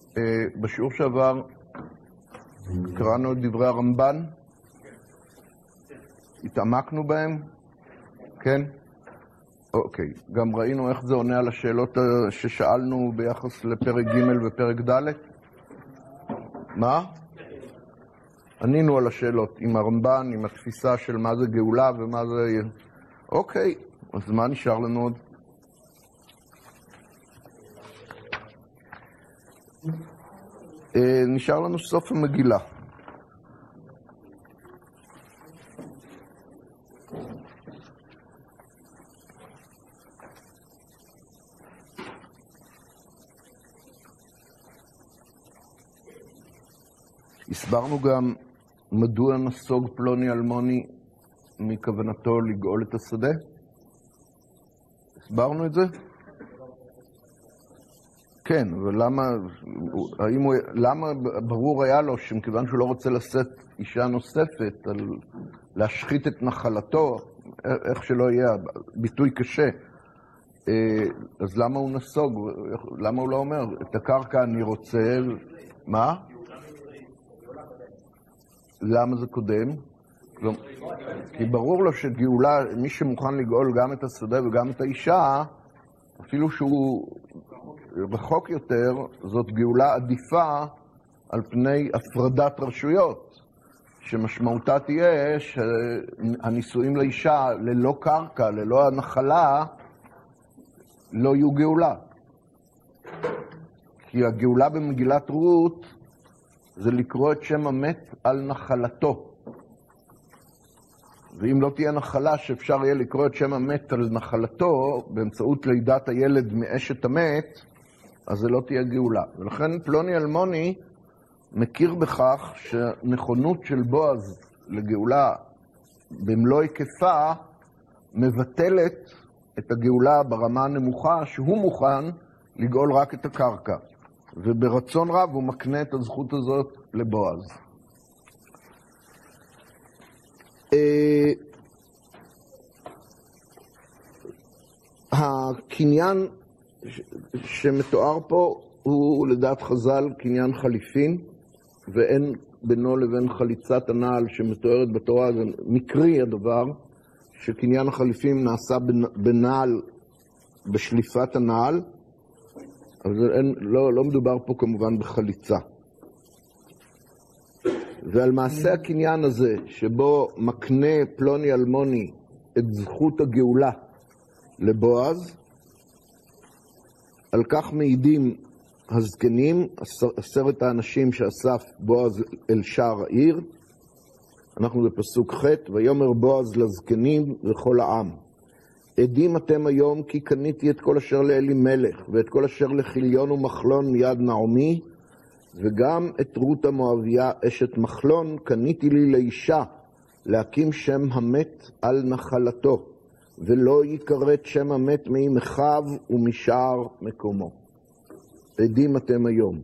בשיעור שעבר קראנו את דברי הרמב"ן, התעמקנו בהם, כן? אוקיי, גם ראינו איך זה עונה על השאלות ששאלנו ביחס לפרק ג' ופרק ד'. מה? ענינו על השאלות עם הרמב"ן, עם התפיסה של מה זה גאולה ומה זה... אוקיי, אז מה נשאר לנו עוד? נשאר לנו סוף המגילה. הסברנו גם מדוע נסוג פלוני אלמוני מכוונתו לגאול את השדה. הסברנו את זה? כן, למה ברור היה לו שמכיוון שהוא לא רוצה לשאת אישה נוספת, להשחית את נחלתו, איך שלא יהיה, ביטוי קשה, אז למה הוא נסוג? למה הוא לא אומר, את הקרקע אני רוצה, מה? למה זה קודם? כי ברור לו שגאולה, מי שמוכן לגאול גם את השדה וגם את האישה, אפילו שהוא רחוק יותר, זאת גאולה עדיפה על פני הפרדת רשויות, שמשמעותה תהיה שהנישואים לאישה ללא קרקע, ללא הנחלה, לא יהיו גאולה. כי הגאולה במגילת רות זה לקרוא את שם המת על נחלתו. ואם לא תהיה נחלה שאפשר יהיה לקרוא את שם המת על נחלתו באמצעות לידת הילד מאשת המת, אז זה לא תהיה גאולה. ולכן פלוני אלמוני מכיר בכך שנכונות של בועז לגאולה במלוא היקפה מבטלת את הגאולה ברמה הנמוכה שהוא מוכן לגאול רק את הקרקע. וברצון רב הוא מקנה את הזכות הזאת לבועז. הקניין שמתואר פה הוא לדעת חז"ל קניין חליפין, ואין בינו לבין חליצת הנעל שמתוארת בתורה, זה מקרי הדבר, שקניין החליפין נעשה בנעל, בשליפת הנעל, אבל לא מדובר פה כמובן בחליצה. ועל מעשה הקניין הזה, שבו מקנה פלוני אלמוני את זכות הגאולה לבועז, על כך מעידים הזקנים, 10 האנשים שאסף בועז אל שער העיר. אנחנו בפסוק ח', ויאמר בועז לזקנים וכל העם, עדים אתם היום כי קניתי את כל אשר לאלימלך ואת כל אשר לחיליון ומחלון מיד נעמי, וגם את רות המואביה אשת מחלון קניתי לי לאישה, להקים שם המת על נחלתו, ולא יקראת שם המת מימיכיו ומשאר מקומו. עדים אתם היום.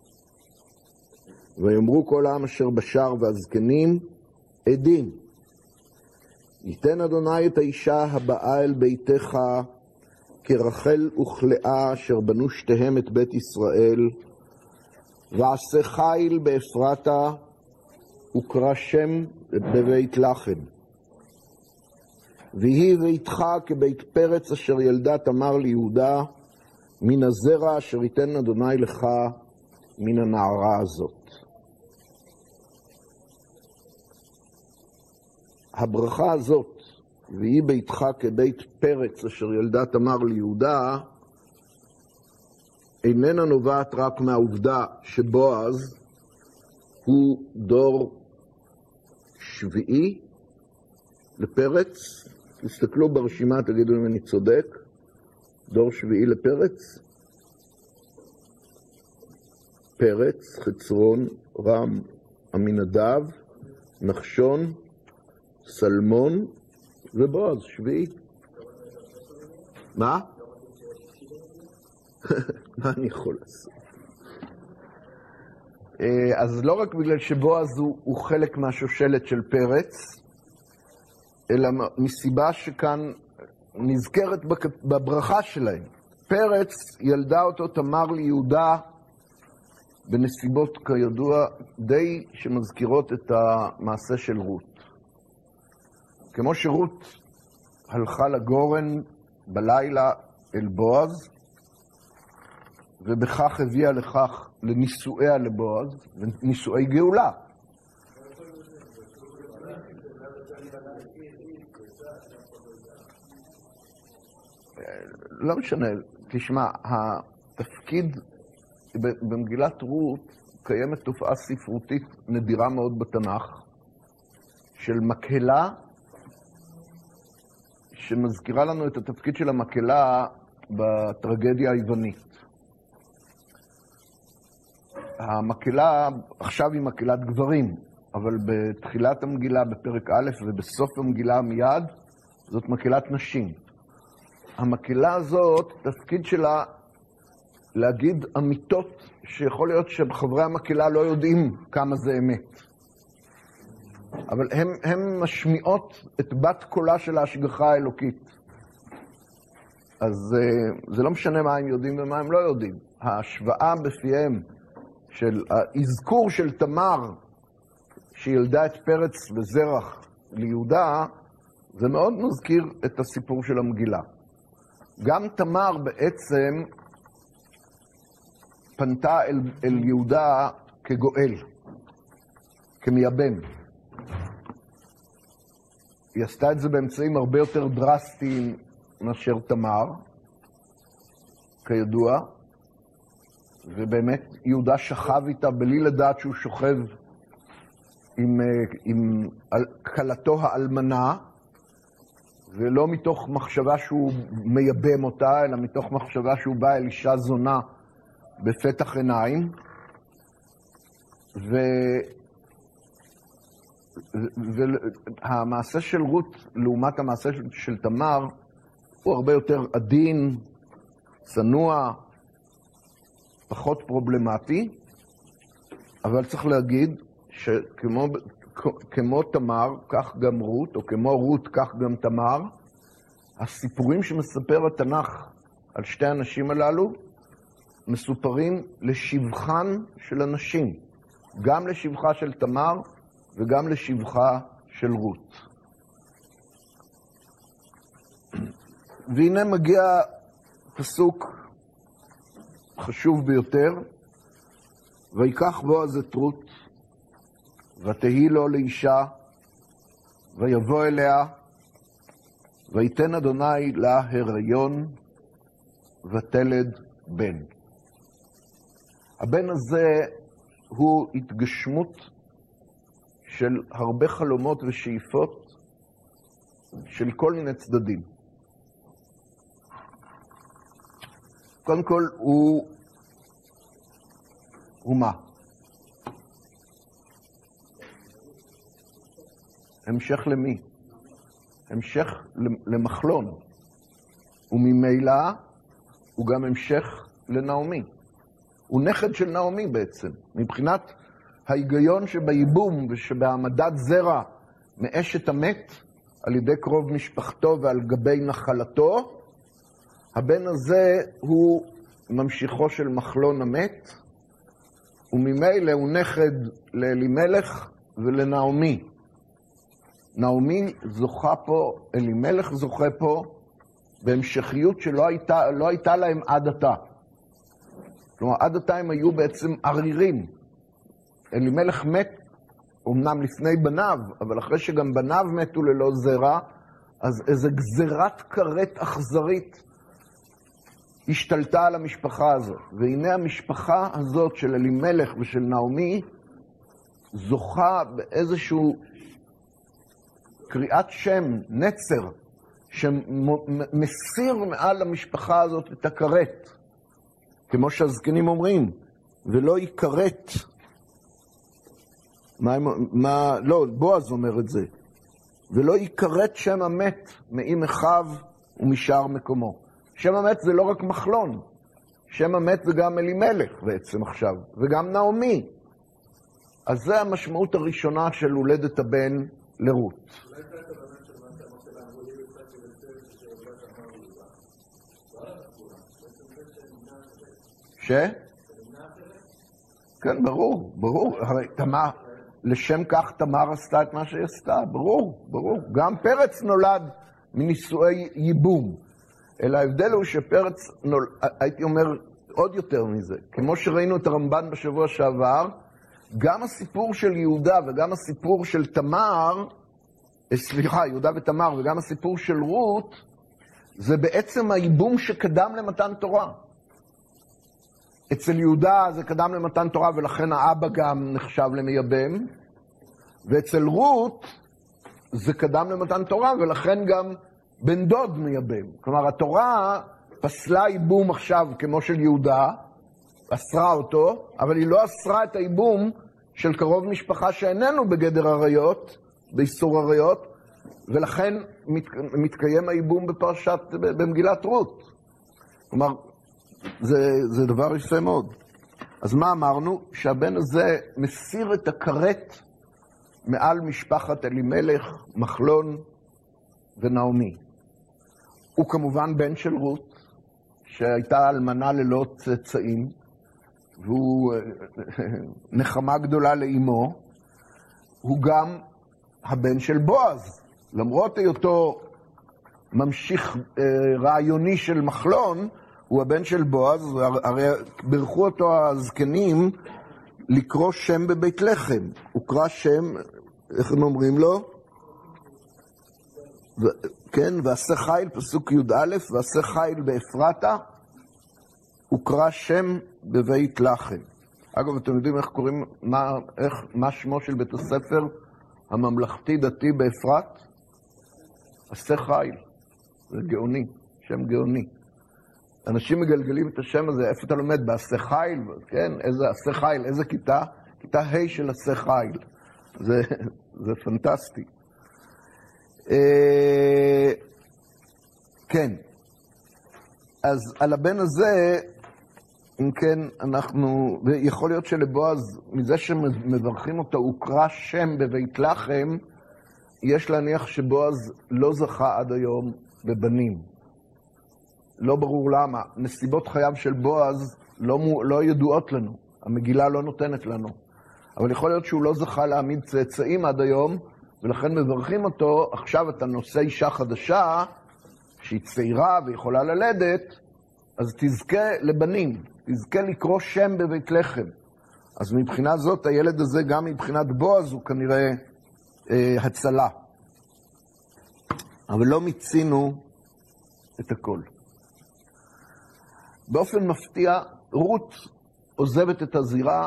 ויאמרו כל העם אשר בשער והזקנים, עדים. ייתן אדוני את האישה הבאה אל ביתך, כרחל וכלאה אשר בנו שתיהם את בית ישראל, ועשה חיל באפרתה, וקרא שם בבית לחם. ויהי ביתך כבית פרץ אשר ילדה תמר ליהודה, מן הזרע אשר ייתן אדוני לך מן הנערה הזאת. הברכה הזאת, ויהי ביתך כבית פרץ אשר ילדה תמר ליהודה, איננה נובעת רק מהעובדה שבועז הוא דור שביעי לפרץ. תסתכלו ברשימה, תגידו אם אני צודק. דור שביעי לפרץ. פרץ, חצרון, רם, עמינדב, נחשון, סלמון ובועז, שביעי. מה? מה אני יכול לעשות? אז לא רק בגלל שבועז הוא חלק מהשושלת של פרץ, אלא מסיבה שכאן נזכרת בברכה שלהם. פרץ ילדה אותו תמר ליהודה בנסיבות כידוע די שמזכירות את המעשה של רות. כמו שרות הלכה לגורן בלילה אל בועז, ובכך הביאה לכך לנישואיה לבועז, ונישואי גאולה. לא משנה, תשמע, התפקיד במגילת רות קיימת תופעה ספרותית נדירה מאוד בתנ"ך, של מקהלה, שמזכירה לנו את התפקיד של המקהלה בטרגדיה היוונית. המקהלה עכשיו היא מקהלת גברים, אבל בתחילת המגילה, בפרק א' ובסוף המגילה מיד, זאת מקהלת נשים. המקהלה הזאת, תפקיד שלה להגיד אמיתות שיכול להיות שחברי המקהלה לא יודעים כמה זה אמת. אבל הם משמיעות את בת קולה של ההשגחה האלוקית. אז זה לא משנה מה הם יודעים ומה הם לא יודעים. ההשוואה בפיהם של האזכור של תמר, שילדה את פרץ וזרח ליהודה, זה מאוד מזכיר את הסיפור של המגילה. גם תמר בעצם פנתה אל יהודה כגואל, כמייבם. היא עשתה את זה באמצעים הרבה יותר דרסטיים מאשר תמר, כידוע, ובאמת יהודה שכב איתה בלי לדעת שהוא שוכב עם כלתו האלמנה, ולא מתוך מחשבה שהוא מייבם אותה, אלא מתוך מחשבה שהוא בא אל אישה זונה בפתח עיניים. והמעשה של רות לעומת המעשה של תמר הוא הרבה יותר עדין, צנוע, פחות פרובלמטי, אבל צריך להגיד שכמו תמר, כך גם רות, או כמו רות, כך גם תמר, הסיפורים שמספר התנ"ך על שתי הנשים הללו מסופרים לשבחן של הנשים, גם לשבחה של תמר וגם לשבחה של רות. והנה מגיע פסוק חשוב ביותר, ויקח בועז את רות, ותהי לו לאישה, ויבוא אליה, ויתן אדוני לה הריון, ותלד בן. הבן הזה הוא התגשמות של הרבה חלומות ושאיפות של כל מיני צדדים. קודם כל, הוא מה? המשך למי? המשך למחלון. וממילא הוא גם המשך לנעמי. הוא נכד של נעמי בעצם. מבחינת ההיגיון שבייבום ושבהעמדת זרע מאשת המת על ידי קרוב משפחתו ועל גבי נחלתו, הבן הזה הוא ממשיכו של מחלון המת, וממילא הוא נכד לאלימלך ולנעמי. נעמי זוכה פה, אלימלך זוכה פה, בהמשכיות שלא הייתה להם עד עתה. כלומר, עד עתה הם היו בעצם ערירים. אלימלך מת, אמנם לפני בניו, אבל אחרי שגם בניו מתו ללא זרע, אז איזו גזירת כרת אכזרית השתלטה על המשפחה הזאת. והנה המשפחה הזאת של אלימלך ושל נעמי זוכה באיזשהו קריאת שם, נצר, שמסיר מעל המשפחה הזאת את הכרת. כמו שהזקנים אומרים, ולא יכרת. לא, בועז אומר את זה. ולא יכרת שם המת מאם אחיו ומשאר מקומו. שם המת זה לא רק מחלון. שם המת זה גם אלימלך בעצם עכשיו, וגם נעמי. אז זה המשמעות הראשונה של הולדת הבן לרות. כן, ברור, ברור. הרי תמר, לשם כך תמר עשתה את מה שהיא עשתה, ברור, ברור. גם פרץ נולד מנישואי ייבום. אלא ההבדל הוא שפרץ, הייתי אומר עוד יותר מזה, כמו שראינו את הרמב"ן בשבוע שעבר, גם הסיפור של יהודה וגם הסיפור של תמר, סליחה, יהודה ותמר, וגם הסיפור של רות, זה בעצם הייבום שקדם למתן תורה. אצל יהודה זה קדם למתן תורה, ולכן האבא גם נחשב למייבם, ואצל רות זה קדם למתן תורה, ולכן גם בן דוד מייבם. כלומר, התורה פסלה ייבום עכשיו כמו של יהודה, אסרה אותו, אבל היא לא אסרה את הייבום של קרוב משפחה שאיננו בגדר עריות, באיסור עריות, ולכן מתקיים הייבום במגילת רות. כלומר, זה דבר יפה מאוד. אז מה אמרנו? שהבן הזה מסיר את הכרת מעל משפחת אלימלך, מחלון ונעמי. הוא כמובן בן של רות, שהייתה אלמנה ללא צאצאים, והוא נחמה גדולה לאמו. הוא גם הבן של בועז, למרות היותו ממשיך רעיוני של מחלון, הוא הבן של בועז, הרי ברכו אותו הזקנים לקרוא שם בבית לחם. הוא קרא שם, איך הם אומרים לו? כן, ועשה חיל, פסוק י"א, ועשה חיל באפרתה, הוא קרא שם בבית לחם. אגב, אתם יודעים איך קוראים, מה שמו של בית הספר הממלכתי-דתי באפרת? עשה חיל. זה גאוני, שם גאוני. אנשים מגלגלים את השם הזה, איפה אתה לומד? בעשה חיל, כן? איזה עשה חיל, איזה כיתה? כיתה ה' של עשה חיל. זה פנטסטי. כן. אז על הבן הזה, אם כן, ויכול להיות שלבועז, מזה שמברכים אותו, הוא קרא שם בבית לחם, יש להניח שבועז לא זכה עד היום בבנים. לא ברור למה. נסיבות חייו של בועז לא ידועות לנו. המגילה לא נותנת לנו. אבל יכול להיות שהוא לא זכה להעמיד צאצאים עד היום, ולכן מברכים אותו, עכשיו אתה נושא אישה חדשה, שהיא צעירה ויכולה ללדת, אז תזכה לבנים, תזכה לקרוא שם בבית לחם. אז מבחינה זאת, הילד הזה גם מבחינת בועז הוא כנראה הצלה. אבל לא מיצינו את הכל. באופן מפתיע, רות עוזבת את הזירה,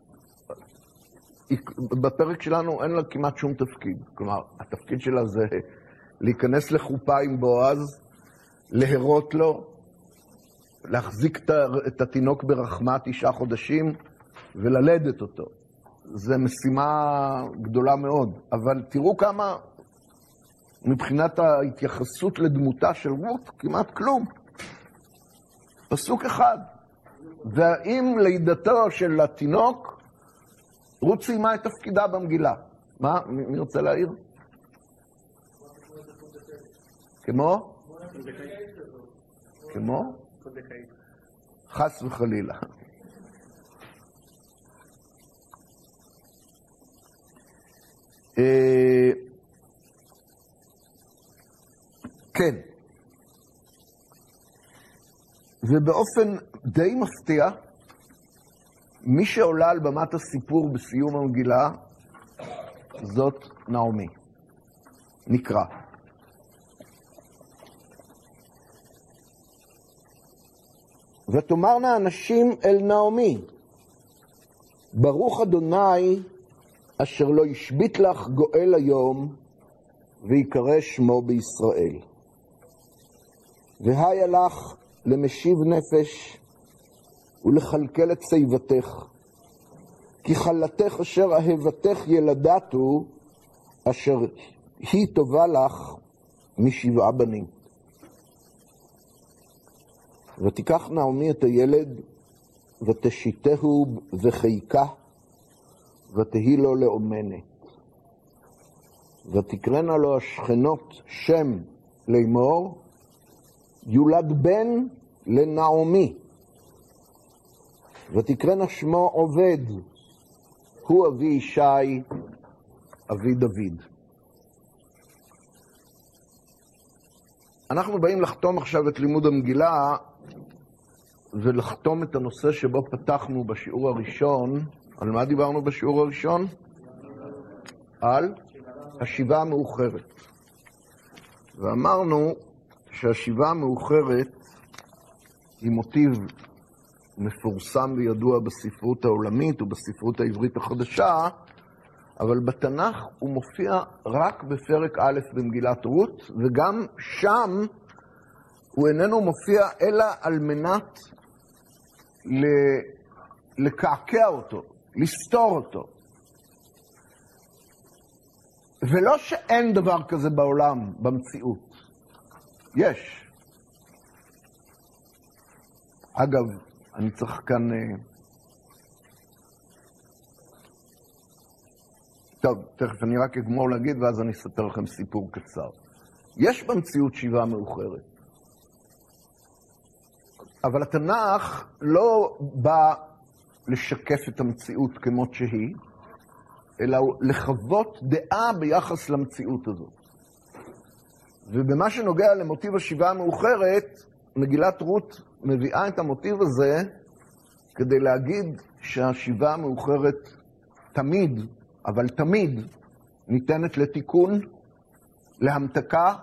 בפרק שלנו אין לה כמעט שום תפקיד. כלומר, התפקיד שלה זה להיכנס לחופה עם בועז, להרות לו, להחזיק את התינוק ברחמה 9 חודשים וללדת אותו. זו משימה גדולה מאוד. אבל תראו כמה, מבחינת ההתייחסות לדמותה של רות, כמעט כלום. פסוק אחד. ועם לידתו של התינוק, רות סיימה את תפקידה במגילה. מה? מי רוצה להעיר? כמו? כמו? חס וחלילה. כן. ובאופן די מפתיע, מי שעולה על במת הסיפור בסיום המגילה, זאת נעמי. נקרא. ותאמרנה הנשים אל נעמי, ברוך אדוני אשר לא ישבית לך גואל היום, ויקרא שמו בישראל. והיה לך למשיב נפש ולכלכל את שיבתך, כי חלתך אשר אהבתך ילדתו, אשר היא טובה לך מ7 בנים. ותיקח נעמי את הילד, ותשיתהו וחיקה, ותהי לו לאומנת. ותקרנה לו השכנות שם לאמור, יולד בן לנעמי, ותקראנה שמו עובד, הוא אבי ישי, אבי דוד. אנחנו באים לחתום עכשיו את לימוד המגילה, ולחתום את הנושא שבו פתחנו בשיעור הראשון. על מה דיברנו בשיעור הראשון? על השיבה המאוחרת. ואמרנו שהשיבה המאוחרת היא מוטיב מפורסם וידוע בספרות העולמית ובספרות העברית החדשה, אבל בתנ"ך הוא מופיע רק בפרק א' במגילת רות, וגם שם הוא איננו מופיע אלא על מנת לקעקע אותו, לסתור אותו. ולא שאין דבר כזה בעולם, במציאות. יש. אגב, אני צריך כאן... טוב, תכף אני רק אגמור להגיד ואז אני אספר לכם סיפור קצר. יש במציאות שיבה מאוחרת. אבל התנ"ך לא בא לשקף את המציאות כמות שהיא, אלא לחוות דעה ביחס למציאות הזאת. ובמה שנוגע למוטיב השיבה המאוחרת, מגילת רות מביאה את המוטיב הזה כדי להגיד שהשיבה המאוחרת תמיד, אבל תמיד, ניתנת לתיקון, להמתקה,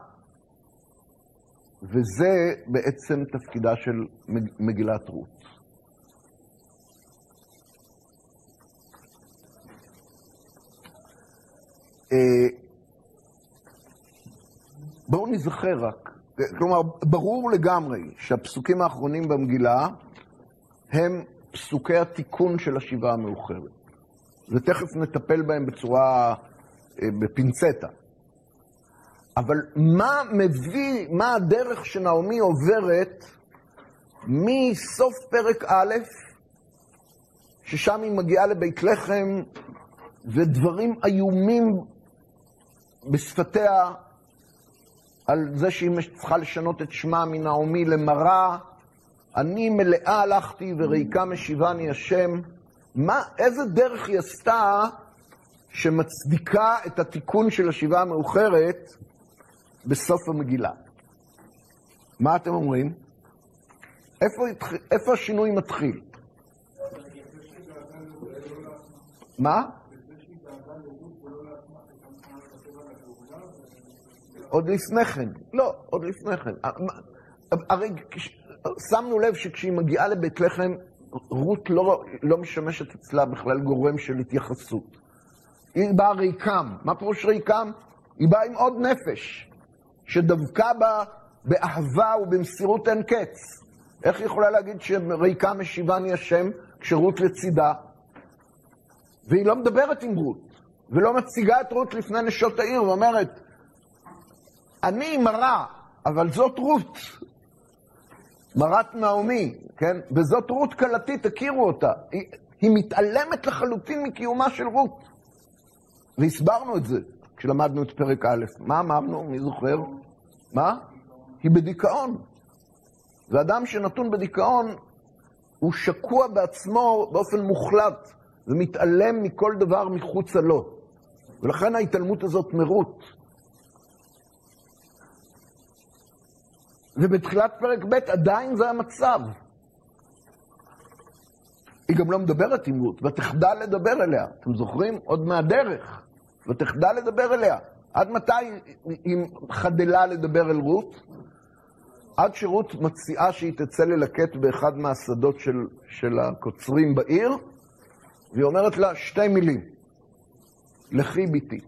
וזה בעצם תפקידה של מגילת רות. בואו נזכר רק, כלומר, ברור לגמרי שהפסוקים האחרונים במגילה הם פסוקי התיקון של השיבה המאוחרת. ותכף נטפל בהם בצורה, בפינצטה. אבל מה הדרך שנעמי עוברת מסוף פרק א', ששם היא מגיעה לבית לחם, ודברים איומים בשפתיה, על זה שהיא צריכה לשנות את שמה מנעמי למרה, אני מלאה הלכתי וריקה משיבני השם. איזה דרך היא עשתה שמצדיקה את התיקון של השיבה המאוחרת בסוף המגילה? מה אתם אומרים? איפה השינוי מתחיל? מה? עוד לפני כן. לא, עוד לפני כן. הרי שמנו לב שכשהיא מגיעה לבית לחם, רות לא משמשת אצלה בכלל גורם של התייחסות. היא באה ריקם. מה פירוש ריקם? היא באה עם עוד נפש, שדבקה בה באהבה ובמסירות אין קץ. איך היא יכולה להגיד שריקם משיבני השם כשרות לצידה? והיא לא מדברת עם רות, ולא מציגה את רות לפני נשות העיר, ואומרת, אני מרה, אבל זאת רות. מרת נעמי, כן? וזאת רות קלתי, תכירו אותה. היא מתעלמת לחלוטין מקיומה של רות. והסברנו את זה כשלמדנו את פרק א'. מה אמרנו? מי זוכר? מה? היא בדיכאון. ואדם שנתון בדיכאון הוא שקוע בעצמו באופן מוחלט, ומתעלם מכל דבר מחוצה לו. ולכן ההתעלמות הזאת מרות. ובתחילת פרק ב' עדיין זה המצב. היא גם לא מדברת עם רות, ותחדל לדבר אליה. אתם זוכרים? עוד מהדרך. ותחדל לדבר אליה. עד מתי היא חדלה לדבר אל רות? עד שרות מציעה שהיא תצא ללקט באחד מהשדות של הקוצרים בעיר, והיא אומרת לה שתי מילים. לכי ביתי.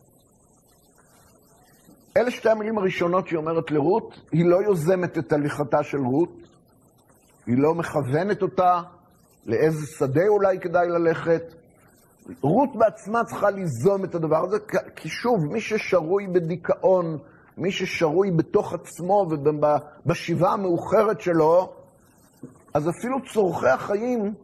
אלה שתי המילים הראשונות שהיא אומרת לרות, היא לא יוזמת את הליכתה של רות, היא לא מכוונת אותה לאיזה שדה אולי כדאי ללכת. רות בעצמה צריכה ליזום את הדבר הזה, כי שוב, מי ששרוי בדיכאון, מי ששרוי בתוך עצמו ובשיבה המאוחרת שלו, אז אפילו צורכי החיים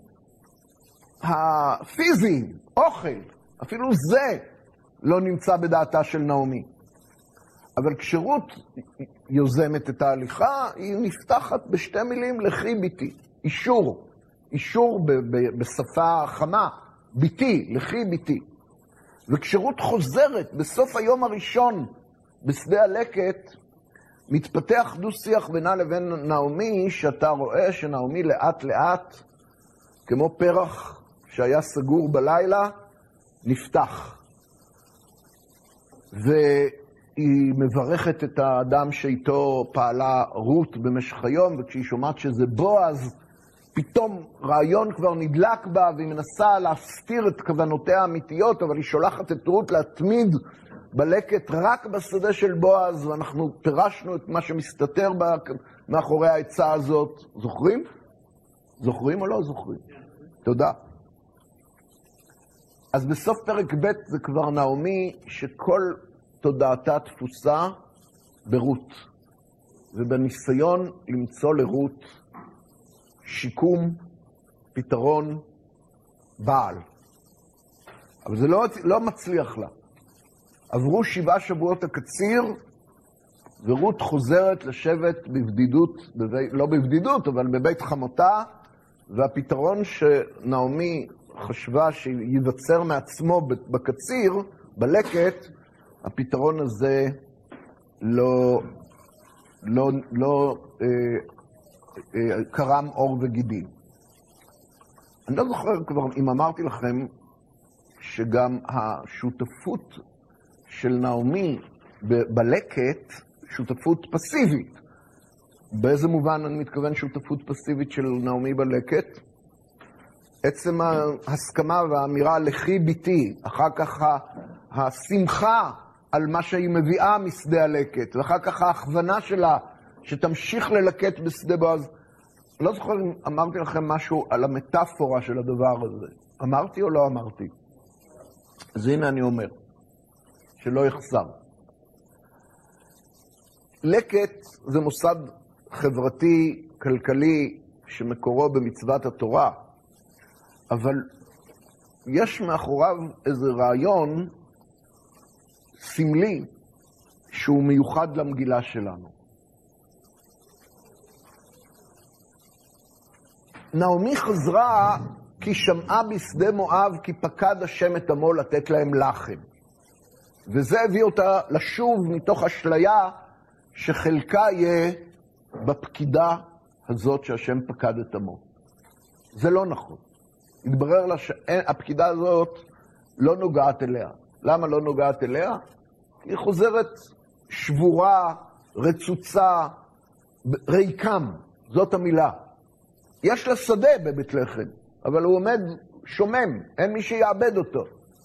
הפיזיים, אוכל, אפילו זה לא נמצא בדעתה של נעמי. אבל כשרות יוזמת את ההליכה, היא נפתחת בשתי מילים, לכי ביתי, אישור. אישור בשפה חמה, ביתי, לכי ביתי. וכשרות חוזרת בסוף היום הראשון בשדה הלקט, מתפתח דו-שיח בינה לבין נעמי, שאתה רואה שנעמי לאט לאט, כמו פרח שהיה סגור בלילה, נפתח. והיא מברכת את האדם שאיתו פעלה רות במשך היום, וכשהיא שומעת שזה בועז, פתאום רעיון כבר נדלק בה, והיא מנסה להסתיר את כוונותיה האמיתיות, אבל היא שולחת את רות להתמיד בלקט רק בשדה של בועז, ואנחנו פירשנו את מה שמסתתר מאחורי העצה הזאת. זוכרים? זוכרים או לא זוכרים? תודה. אז בסוף פרק ב' זה כבר נעמי שכל תודעתה תפוסה ברות, ובניסיון למצוא לרות שיקום, פתרון, בעל. אבל זה לא מצליח לה. עברו 7 שבועות הקציר, ורות חוזרת לשבת בבדידות, לא בבדידות, אבל בבית חמותה, והפתרון שנעמי חשבה שיווצר מעצמו בקציר, בלקט, הפתרון הזה לא קרם אור וגידים. אני לא זוכר כבר אם אמרתי לכם שגם השותפות של נעמי בלקט, שותפות פסיבית. באיזה מובן אני מתכוון שותפות פסיבית של נעמי בלקט? עצם ההסכמה והאמירה לכי ביתי, אחר כך השמחה על מה שהיא מביאה משדה הלקט, ואחר כך ההכוונה שלה שתמשיך ללקט בשדה בועז. לא זוכר אם אמרתי לכם משהו על המטאפורה של הדבר הזה. אמרתי או לא אמרתי? אז הנה אני אומר, שלא יחסר. לקט זה מוסד חברתי, כלכלי, שמקורו במצוות התורה, אבל יש מאחוריו איזה רעיון סמלי שהוא מיוחד למגילה שלנו. נעמי חזרה כי שמעה בשדה מואב כי פקד השם את עמו לתת להם לחם. וזה הביא אותה לשוב מתוך אשליה שחלקה יהיה בפקידה הזאת שהשם פקד את עמו. זה לא נכון. התברר לה שהפקידה הזאת לא נוגעת אליה. למה לא נוגעת אליה? היא חוזרת שבורה, רצוצה, ריקם. זאת המילה. יש לה שדה בבית לחם, אבל הוא עומד שומם, אין מי שיעבד אותו.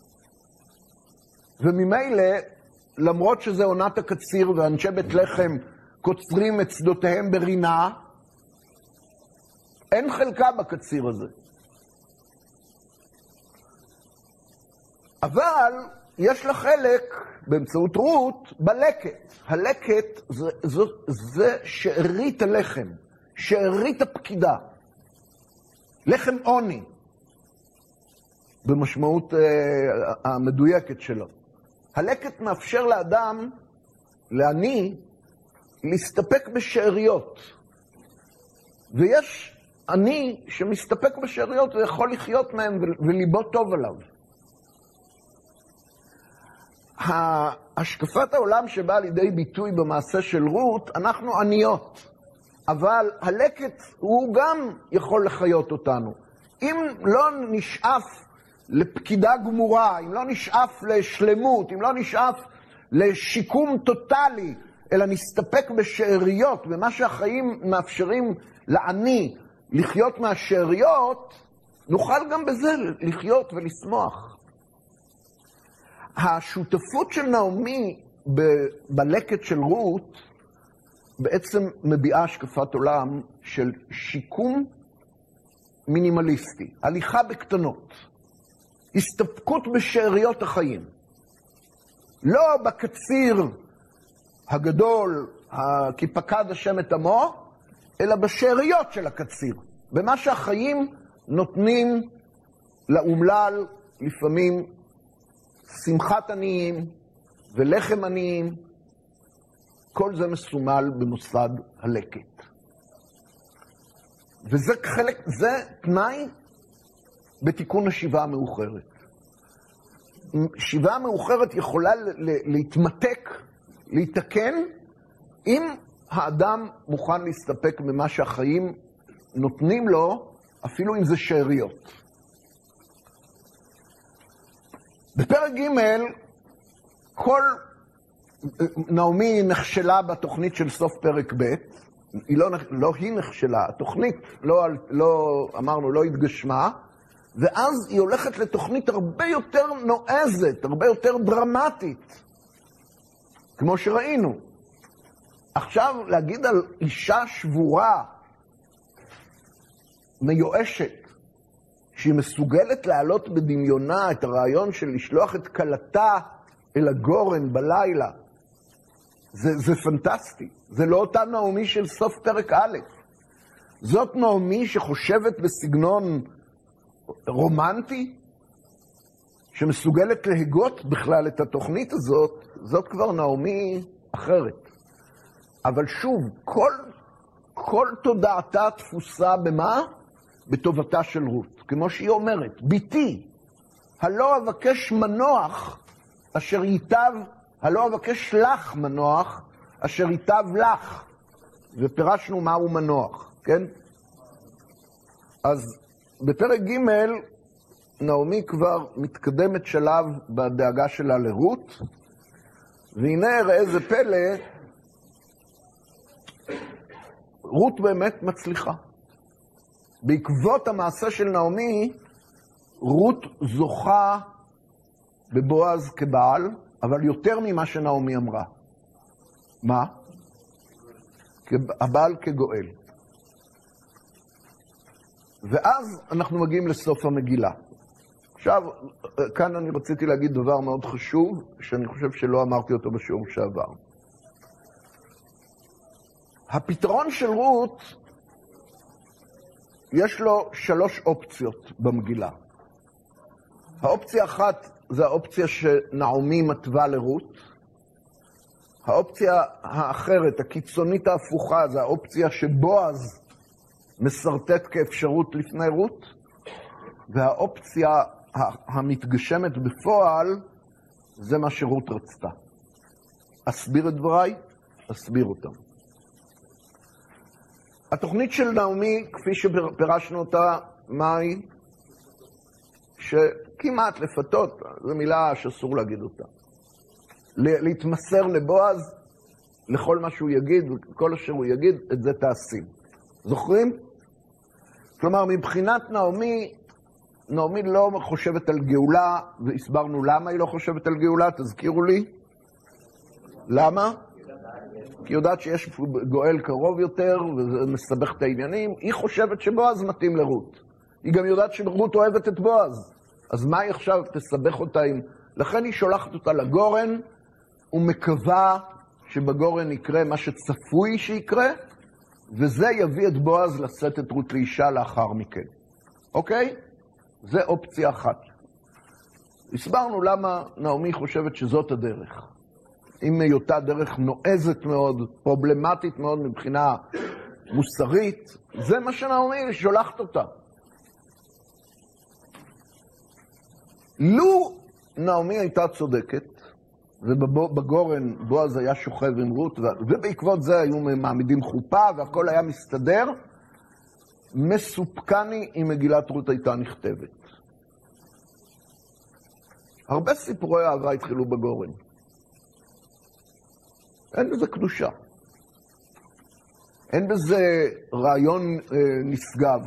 וממילא, למרות שזה עונת הקציר ואנשי בית לחם קוצרים את שדותיהם ברינה, אין חלקה בקציר הזה. אבל יש לה חלק באמצעות רות בלקט. הלקט זה שארית הלחם, שארית הפקידה. לחם עוני, במשמעות המדויקת שלו. הלקט מאפשר לאדם, לעני, להסתפק בשאריות. ויש עני שמסתפק בשאריות ויכול לחיות מהם וליבו טוב עליו. השקפת העולם שבאה לידי ביטוי במעשה של רות, אנחנו עניות. אבל הלקט הוא גם יכול לחיות אותנו. אם לא נשאף לפקידה גמורה, אם לא נשאף לשלמות, אם לא נשאף לשיקום טוטלי, אלא נסתפק בשאריות, במה שהחיים מאפשרים לעני לחיות מהשאריות, נוכל גם בזה לחיות ולשמוח. השותפות של נעמי בלקט של רות, בעצם מביאה השקפת עולם של שיקום מינימליסטי, הליכה בקטנות, הסתפקות בשאריות החיים. לא בקציר הגדול, כי פקד השם את עמו, אלא בשאריות של הקציר, במה שהחיים נותנים לאומלל, לפעמים שמחת עניים ולחם עניים, כל זה מסומל במוסד הלקט. וזה חלק, זה תנאי בתיקון השיבה המאוחרת. שיבה המאוחרת יכולה להתמתק, להתקן, אם האדם מוכן להסתפק במה שהחיים נותנים לו, אפילו אם זה שאריות. בפרק ג' כל נעמי נכשלה בתוכנית של סוף פרק ב', לא היא נכשלה, התוכנית אמרנו לא התגשמה, ואז היא הולכת לתוכנית הרבה יותר נועזת, הרבה יותר דרמטית, כמו שראינו. עכשיו להגיד על אישה שבורה, מיואשת, שהיא מסוגלת להעלות בדמיונה את הרעיון של לשלוח את כלתה אל הגורן בלילה, זה פנטסטי. זה לא אותה נעמי של סוף פרק א'. זאת נעמי שחושבת בסגנון רומנטי, שמסוגלת להגות בכלל את התוכנית הזאת, זאת כבר נעמי אחרת. אבל שוב, כל תודעתה תפוסה במה? בטובתה של רות. כמו שהיא אומרת, ביתי, הלא אבקש מנוח אשר ייטב, הלא אבקש לך מנוח אשר ייטב לך. ופירשנו מהו מנוח, כן? אז בפרק ג' נעמי כבר מתקדמת שלב בדאגה שלה לרות, והנה ראה זה פלא, רות באמת מצליחה. בעקבות המעשה של נעמי, רות זוכה בבועז כבעל, אבל יותר ממה שנעמי אמרה. מה? הבעל כגואל. ואז אנחנו מגיעים לסוף המגילה. עכשיו, כאן אני רציתי להגיד דבר מאוד חשוב, שאני חושב שלא אמרתי אותו בשיעור שעבר. הפתרון של רות, יש לו 3 אופציות במגילה. האופציה אחת זה האופציה שנעמי מתווה לרות. האופציה האחרת, הקיצונית ההפוכה, זה האופציה שבועז מסרטט כאפשרות לפני רות. והאופציה המתגשמת בפועל, זה מה שרות רצתה. אסביר את דבריי? אסביר אותם. התוכנית של נעמי, כפי שפירשנו אותה, מה היא? שכמעט לפתות, זו מילה שאסור להגיד אותה. להתמסר לבועז, לכל מה שהוא יגיד, כל אשר הוא יגיד, את זה תעשים. זוכרים? כלומר, מבחינת נעמי, נעמי לא חושבת על גאולה, והסברנו למה היא לא חושבת על גאולה, תזכירו לי. למה? כי היא יודעת שיש גואל קרוב יותר, וזה מסבך את העניינים. היא חושבת שבועז מתאים לרות. היא גם יודעת שרות אוהבת את בועז. אז מה היא עכשיו תסבך אותה עם... לכן היא שולחת אותה לגורן, ומקווה שבגורן יקרה מה שצפוי שיקרה, וזה יביא את בועז לשאת את רות לאישה לאחר מכן. אוקיי? זה אופציה אחת. הסברנו למה נעמי חושבת שזאת הדרך. עם היותה דרך נועזת מאוד, פרובלמטית מאוד מבחינה מוסרית, זה מה שנעמי שולחת אותה. לו נעמי הייתה צודקת, ובגורן בועז היה שוכב עם רות, ובעקבות זה היו מעמידים חופה, והכל היה מסתדר, מסופקני אם מגילת רות הייתה נכתבת. הרבה סיפורי אהבה התחילו בגורן. אין בזה קדושה. אין בזה רעיון נשגב.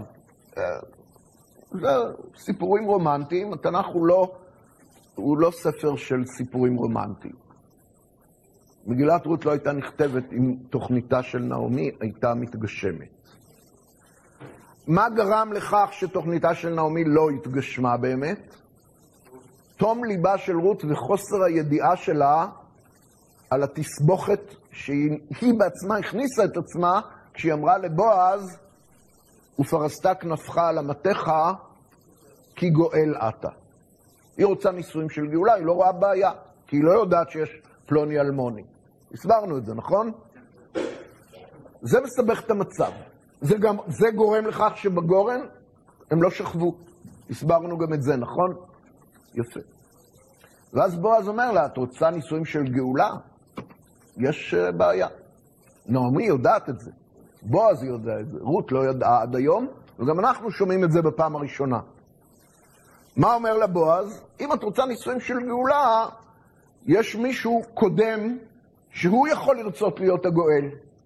זה סיפורים רומנטיים. התנ"ך הוא לא ספר של סיפורים רומנטיים. מגילת רות לא הייתה נכתבת אם תוכניתה של נעמי הייתה מתגשמת. מה גרם לכך שתוכניתה של נעמי לא התגשמה באמת? תום ליבה של רות וחוסר הידיעה שלה על התסבוכת שהיא בעצמה הכניסה את עצמה כשהיא אמרה לבועז, ופרסת כנפך על המתך כי גואל אתה. היא רוצה נישואים של גאולה, היא לא רואה בעיה, כי היא לא יודעת שיש פלוני אלמוני. הסברנו את זה, נכון? זה מסבך את המצב. זה גורם לכך שבגורן הם לא שכבו. הסברנו גם את זה, נכון? יפה. ואז בועז אומר לה, את רוצה נישואים של גאולה? יש בעיה. נעמי יודעת את זה. בועז יודע את זה. רות לא ידעה עד היום, וגם אנחנו שומעים את זה בפעם הראשונה. מה אומר לה בועז? אם את רוצה נישואים של גאולה, יש מישהו קודם שהוא יכול לרצות להיות הגואל.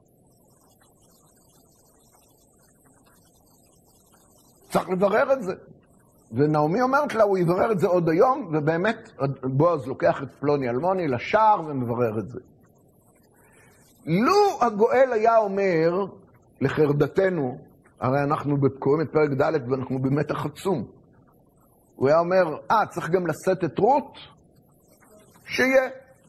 צריך לברר את זה. ונעמי אומרת לה, הוא יברר את זה עוד היום, ובאמת בועז לוקח את פלוני אלמוני לשער ומברר את זה. לו הגואל היה אומר לחרדתנו, הרי אנחנו קוראים את פרק ד' ואנחנו במתח עצום, הוא היה אומר, צריך גם לשאת את רות? שיהיה.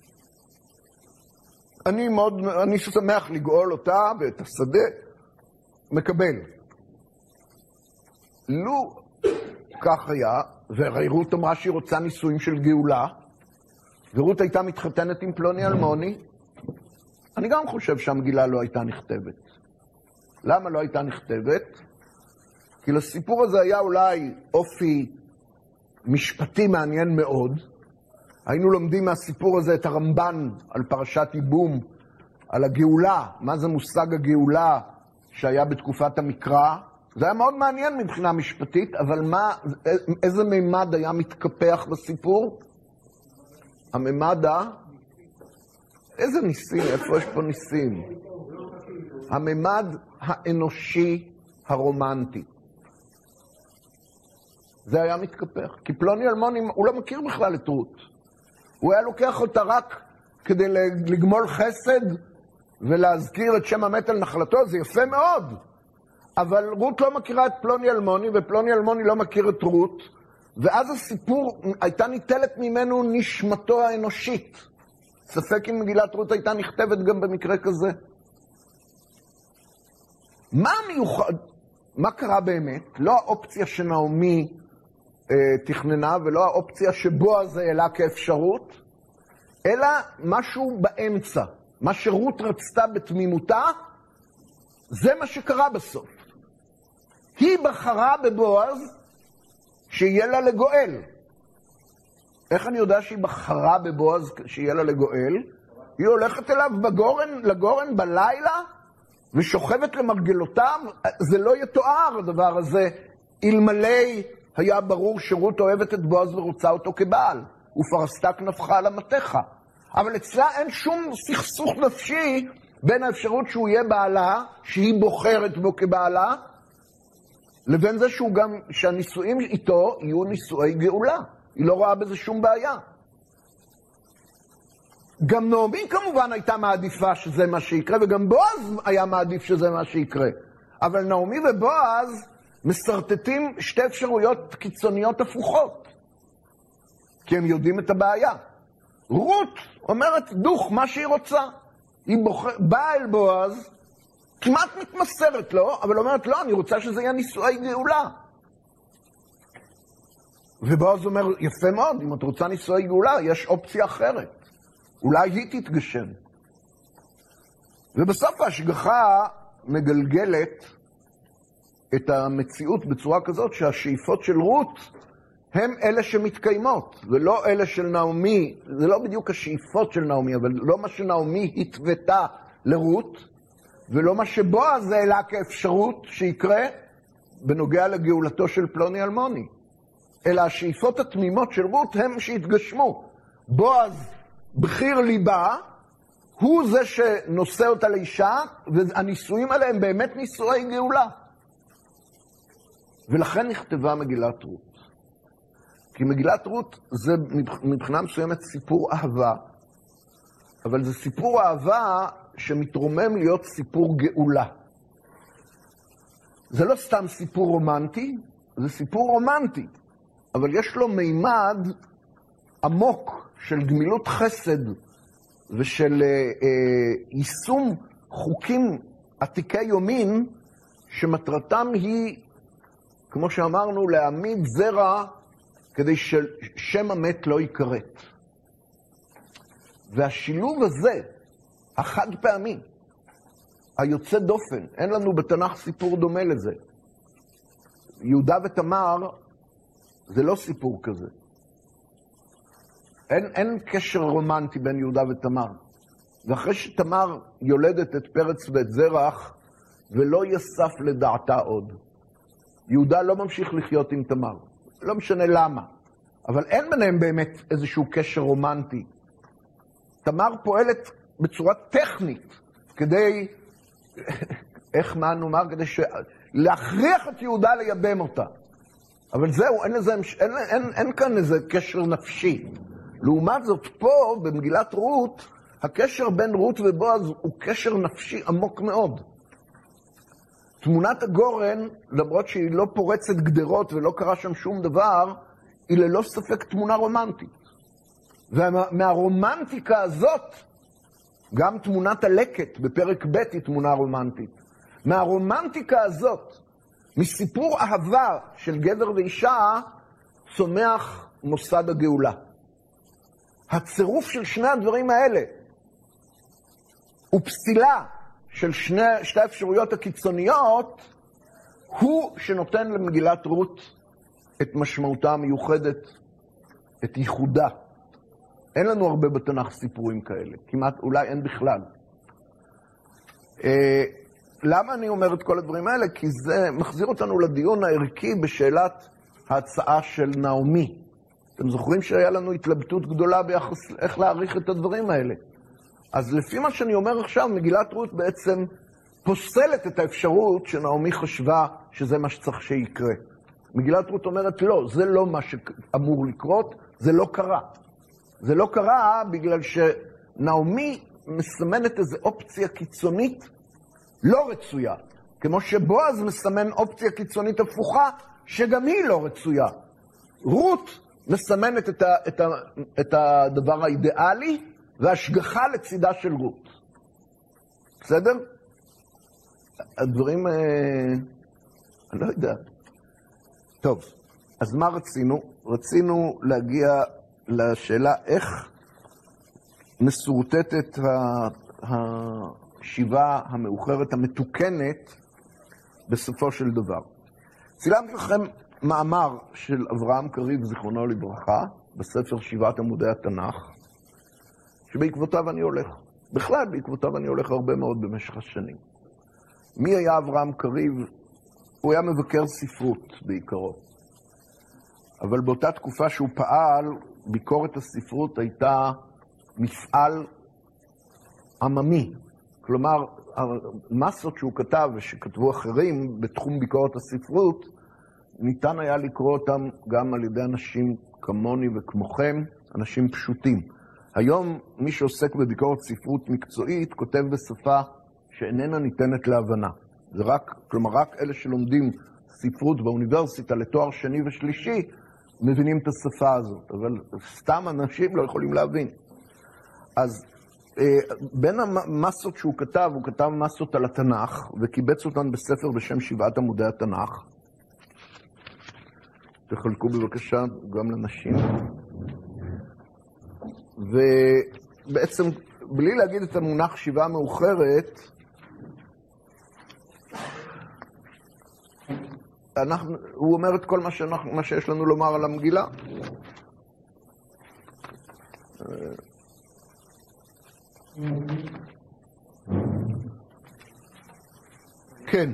אני שמח לגאול אותה ואת השדה, מקבל. לו כך היה, והרי רות אמרה שהיא רוצה נישואים של גאולה, ורות הייתה מתחתנת עם פלוני אלמוני, אני גם חושב שהמגילה לא הייתה נכתבת. למה לא הייתה נכתבת? כי לסיפור הזה היה אולי אופי משפטי מעניין מאוד. היינו לומדים מהסיפור הזה את הרמב"ן על פרשת ייבום, על הגאולה, מה זה מושג הגאולה שהיה בתקופת המקרא. זה היה מאוד מעניין מבחינה משפטית, אבל איזה מימד היה מתקפח בסיפור? הממד איזה ניסים? איפה יש פה ניסים? הממד האנושי הרומנטי. זה היה מתקפח. כי פלוני אלמוני, הוא לא מכיר בכלל את רות. הוא היה לוקח אותה רק כדי לגמול חסד ולהזכיר את שם המת על נחלתו, זה יפה מאוד. אבל רות לא מכירה את פלוני אלמוני, ופלוני אלמוני לא מכיר את רות, ואז הסיפור הייתה ניטלת ממנו נשמתו האנושית. ספק אם מגילת רות הייתה נכתבת גם במקרה כזה. מה מיוחד? מה קרה באמת? לא האופציה שנעמי תכננה, ולא האופציה שבועז העלה כאפשרות, אלא משהו באמצע. מה שרות רצתה בתמימותה, זה מה שקרה בסוף. היא בחרה בבועז שיהיה לה לגואל. איך אני יודע שהיא בחרה בבועז שיהיה לה לגואל? היא הולכת אליו לגורן בלילה ושוכבת למרגלותיו. זה לא יתואר הדבר הזה, אלמלא היה ברור שרות אוהבת את בועז ורוצה אותו כבעל. ופרסתה כנפך על המתך. אבל אצלה אין שום סכסוך נפשי בין האפשרות שהוא יהיה בעלה, שהיא בוחרת בו כבעלה, לבין זה שהנישואים איתו יהיו נישואי גאולה. היא לא רואה בזה שום בעיה. גם נעמי כמובן הייתה מעדיפה שזה מה שיקרה, וגם בועז היה מעדיף שזה מה שיקרה. אבל נעמי ובועז מסרטטים שתי אפשרויות קיצוניות הפוכות, כי הם יודעים את הבעיה. רות אומרת דוך מה שהיא רוצה. היא באה אל בועז, כמעט מתמסרת לו, אבל אומרת לא, אני רוצה שזה יהיה נישואי גאולה. ובועז אומר, יפה מאוד, אם את רוצה נישואי גאולה, יש אופציה אחרת. אולי היא תתגשם. ובסוף ההשגחה מגלגלת את המציאות בצורה כזאת שהשאיפות של רות הם אלה שמתקיימות, ולא אלה של נעמי. זה לא בדיוק השאיפות של נעמי, אבל לא מה שנעמי התוותה לרות, ולא מה שבועז העלה כאפשרות שיקרה בנוגע לגאולתו של פלוני אלמוני. אלא השאיפות התמימות של רות הם שהתגשמו. בועז בחיר ליבה, הוא זה שנושא אותה לאישה, והנישואים האלה הם באמת נישואי גאולה. ולכן נכתבה מגילת רות. כי מגילת רות זה מבחינה מסוימת סיפור אהבה, אבל זה סיפור אהבה שמתרומם להיות סיפור גאולה. זה לא סתם סיפור רומנטי, זה סיפור רומנטי, אבל יש לו מימד עמוק של גמילות חסד ושל יישום חוקים עתיקי יומין, שמטרתם היא, כמו שאמרנו, להעמיד זרע כדי ששם המת לא יקראת. והשילוב הזה, החד פעמי, היוצא דופן. אין לנו בתנ"ך סיפור דומה לזה. יהודה ותמר זה לא סיפור כזה. אין קשר רומנטי בין יהודה ותמר. ואחרי שתמר יולדת את פרץ ואת זרח, ולא יסף לדעתה עוד. יהודה לא ממשיך לחיות עם תמר. לא משנה למה. אבל אין ביניהם באמת איזשהו קשר רומנטי. תמר פועלת בצורה טכנית, כדי, מה נאמר, כדי להכריח את יהודה לייבם אותה. אבל זהו, אין כאן איזה קשר נפשי. לעומת זאת, פה, במגילת רות, הקשר בין רות ובועז הוא קשר נפשי עמוק מאוד. תמונת הגורן, למרות שהיא לא פורצת גדרות ולא קרה שם שום דבר, היא ללא ספק תמונה רומנטית. ומהרומנטיקה הזאת, גם תמונת הלקט בפרק ב' היא תמונה רומנטית. מהרומנטיקה הזאת, מסיפור אהבה של גבר ואישה, צומח מוסד הגאולה. הצירוף של שני הדברים האלה, ופסילה של שתי האפשרויות הקיצוניות, הוא שנותן למגילת רות את משמעותה המיוחדת, את ייחודה. אין לנו הרבה בתנ"ך סיפורים כאלה, כמעט אולי אין בכלל. למה אני אומר את כל הדברים האלה? כי זה מחזיר אותנו לדיון הערכי בשאלת ההצעה של נעמי. אתם זוכרים שהיה לנו התלבטות גדולה ביחס איך להעריך את הדברים האלה. אז לפי מה שאני אומר עכשיו, מגילת רות בעצם פוסלת את האפשרות שנעמי חשבה שזה מה שצריך שיקרה. מגילת רות אומרת לא, זה לא מה שאמור לקרות, זה לא קרה. זה לא קרה בגלל שנעמי מסמנת איזו אופציה קיצונית לא רצויה. כמו שבועז מסמן אופציה קיצונית הפוכה, שגם היא לא רצויה. רות מסמנת את הדבר האידיאלי, והשגחה לצידה של רות. בסדר? הדברים, אני לא יודע. טוב, אז מה רצינו? רצינו להגיע לשאלה איך מסורטטת השיבה המאוחרת המתוקנת בסופו של דבר. צילמתי לכם מאמר של אברהם קריב, זיכרונו לברכה, בספר שבעת עמודי התנ"ך, שבעקבותיו אני הולך. בכלל, בעקבותיו אני הולך הרבה מאוד במשך השנים. מי היה אברהם קריב? הוא היה מבקר ספרות בעיקרו. אבל באותה תקופה שהוא פעל, ביקורת הספרות הייתה מפעל עממי. כלומר, המסות שהוא כתב ושכתבו אחרים בתחום ביקורת הספרות, ניתן היה לקרוא אותם גם על ידי אנשים כמוני וכמוכם, אנשים פשוטים. היום מי שעוסק בביקורת ספרות מקצועית כותב בשפה שאיננה ניתנת להבנה. זה כלומר רק אלה שלומדים ספרות באוניברסיטה לתואר שני ושלישי מבינים את השפה הזאת, אבל סתם אנשים לא יכולים להבין. אז בין המסות שהוא כתב, הוא כתב מסות על התנ"ך וקיבץ אותן בספר בשם שבעת עמודי התנ"ך. תחלקו בבקשה גם לנשים. ובעצם, בלי להגיד את המונח שיבה מאוחרת, הוא אומר את כל מה שיש לנו לומר על המגילה. כן.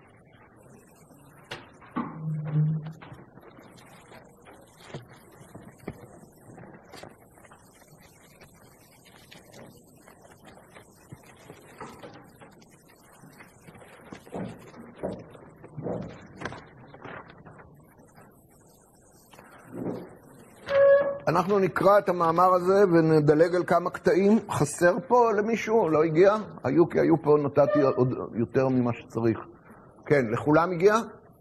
אנחנו נקרא את המאמר הזה ונדלג על כמה קטעים. חסר פה למישהו? לא הגיע? היו פה, נתתי עוד יותר ממה שצריך. כן, לכולם הגיע?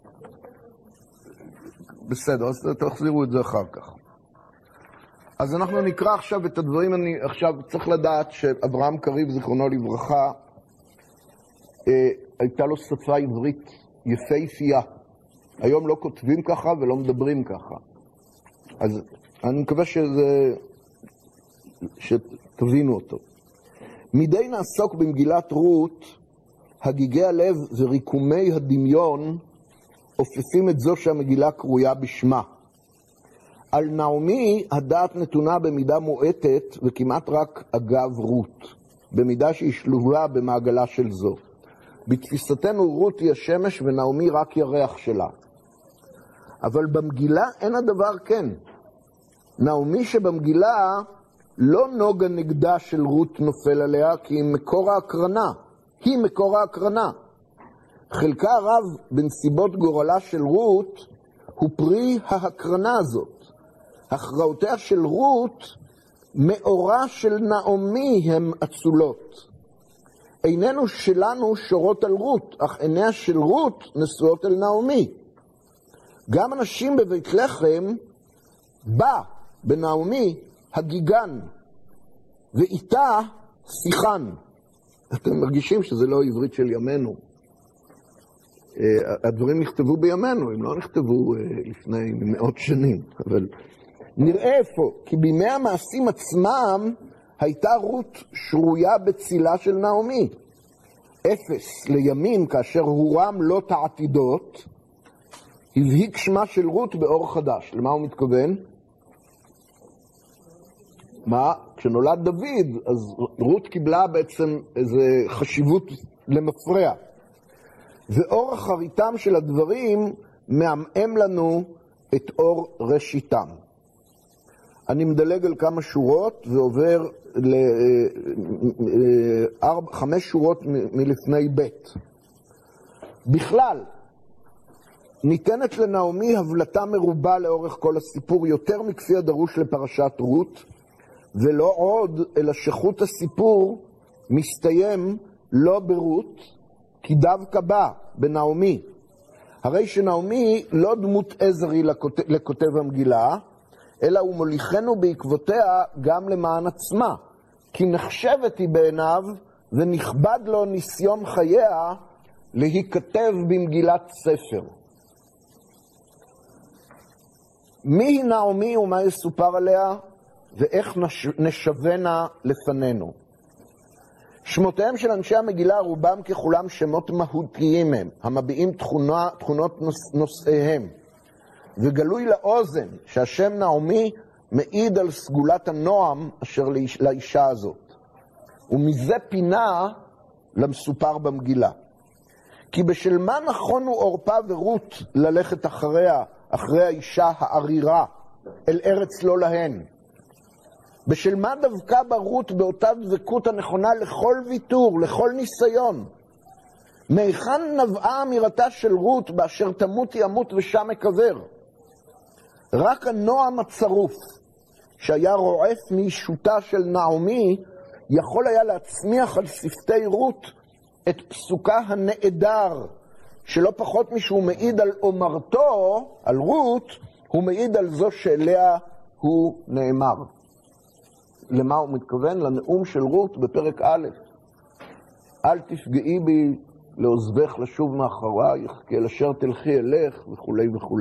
בסדר, אז תחזירו את זה אחר כך. אז אנחנו נקרא עכשיו את הדברים. עכשיו צריך לדעת שאברהם קריב, זיכרונו לברכה, הייתה לו שפה עברית יפהפייה. היום לא כותבים ככה ולא מדברים ככה. אז אני מקווה שתבינו אותו. מדי נעסוק במגילת רות הגיגי הלב וריקומי הדמיון אופפים את זו שהמגילה קרויה בשמה. על נעמי הדעת נתונה במידה מועטת וכמעט רק אגב רות, במידה שהיא שלובה במעגלה של זו. בתפיסתנו רות היא השמש ונעמי רק ירח שלה. אבל במגילה אין הדבר כן. נעמי שבמגילה לא נוגה נגדה של רות נופל עליה, כי היא מקור ההקרנה. היא מקור ההקרנה. חלקה הרב בנסיבות גורלה של רות הוא פרי ההקרנה הזאת. הכרעותיה של רות, מאורה של נעמי הם אצולות. עינינו שלנו שורות על רות, אך עיניה של רות נשואות אל נעמי. גם אנשים בבית לחם בא בנעמי הגיגן, ואיתה שיחן. אתם מרגישים שזה לא עברית של ימינו. הדברים נכתבו בימינו, הם לא נכתבו לפני מאות שנים, אבל נראה איפה, כי בימי המעשים עצמם הייתה רות שרויה בצילה של נעמי. אפס לימים כאשר הורם לא העתידות, הבהיק שמה של רות באור חדש. למה הוא מתכוון? מה? כשנולד דוד, אז רות קיבלה בעצם איזו חשיבות למפרע. ואור אחריתם של הדברים מעמעם לנו את אור ראשיתם. אני מדלג על כמה שורות ועובר ל5 שורות מלפני בית. בכלל, ניתנת לנעמי הבלטה מרובה לאורך כל הסיפור, יותר מכפי הדרוש לפרשת רות, ולא עוד, אלא שחוט הסיפור מסתיים לא ברות, כי דווקא בה, בנעמי. הרי שנעמי לא דמות עזר היא לכותב המגילה, אלא הוא מוליכנו בעקבותיה גם למען עצמה, כי נחשבת היא בעיניו ונכבד לו ניסיון חייה להיכתב במגילת ספר. מי היא נעמי ומה יסופר עליה ואיך נשבנה לפנינו. שמותיהם של אנשי המגילה רובם ככולם שמות מהותיים הם, המביעים תכונות נושאיהם. וגלוי לאוזן שהשם נעמי מעיד על סגולת הנועם אשר לאישה הזאת. ומזה פינה למסופר במגילה. כי בשל מה נכונו עורפה ורות ללכת אחריה, אחרי האישה הערירה, אל ארץ לא להן? בשל מה דווקא ברות באותה דבקות הנכונה לכל ויתור, לכל ניסיון? מהיכן נבעה אמירתה של רות באשר תמות ימות ושם אקבר? רק הנועם הצרוף שהיה רועף מאישותה של נעמי יכול היה להצמיח על שפתי רות את פסוקה הנעדר, שלא פחות משהוא מעיד על אומרתו, על רות, הוא מעיד על זו שאליה הוא נאמר. למה הוא מתכוון? לנאום של רות בפרק א'. אל תפגעי בי לעוזבך לשוב מאחרייך, כי אל אשר תלכי אלך וכו' וכו'.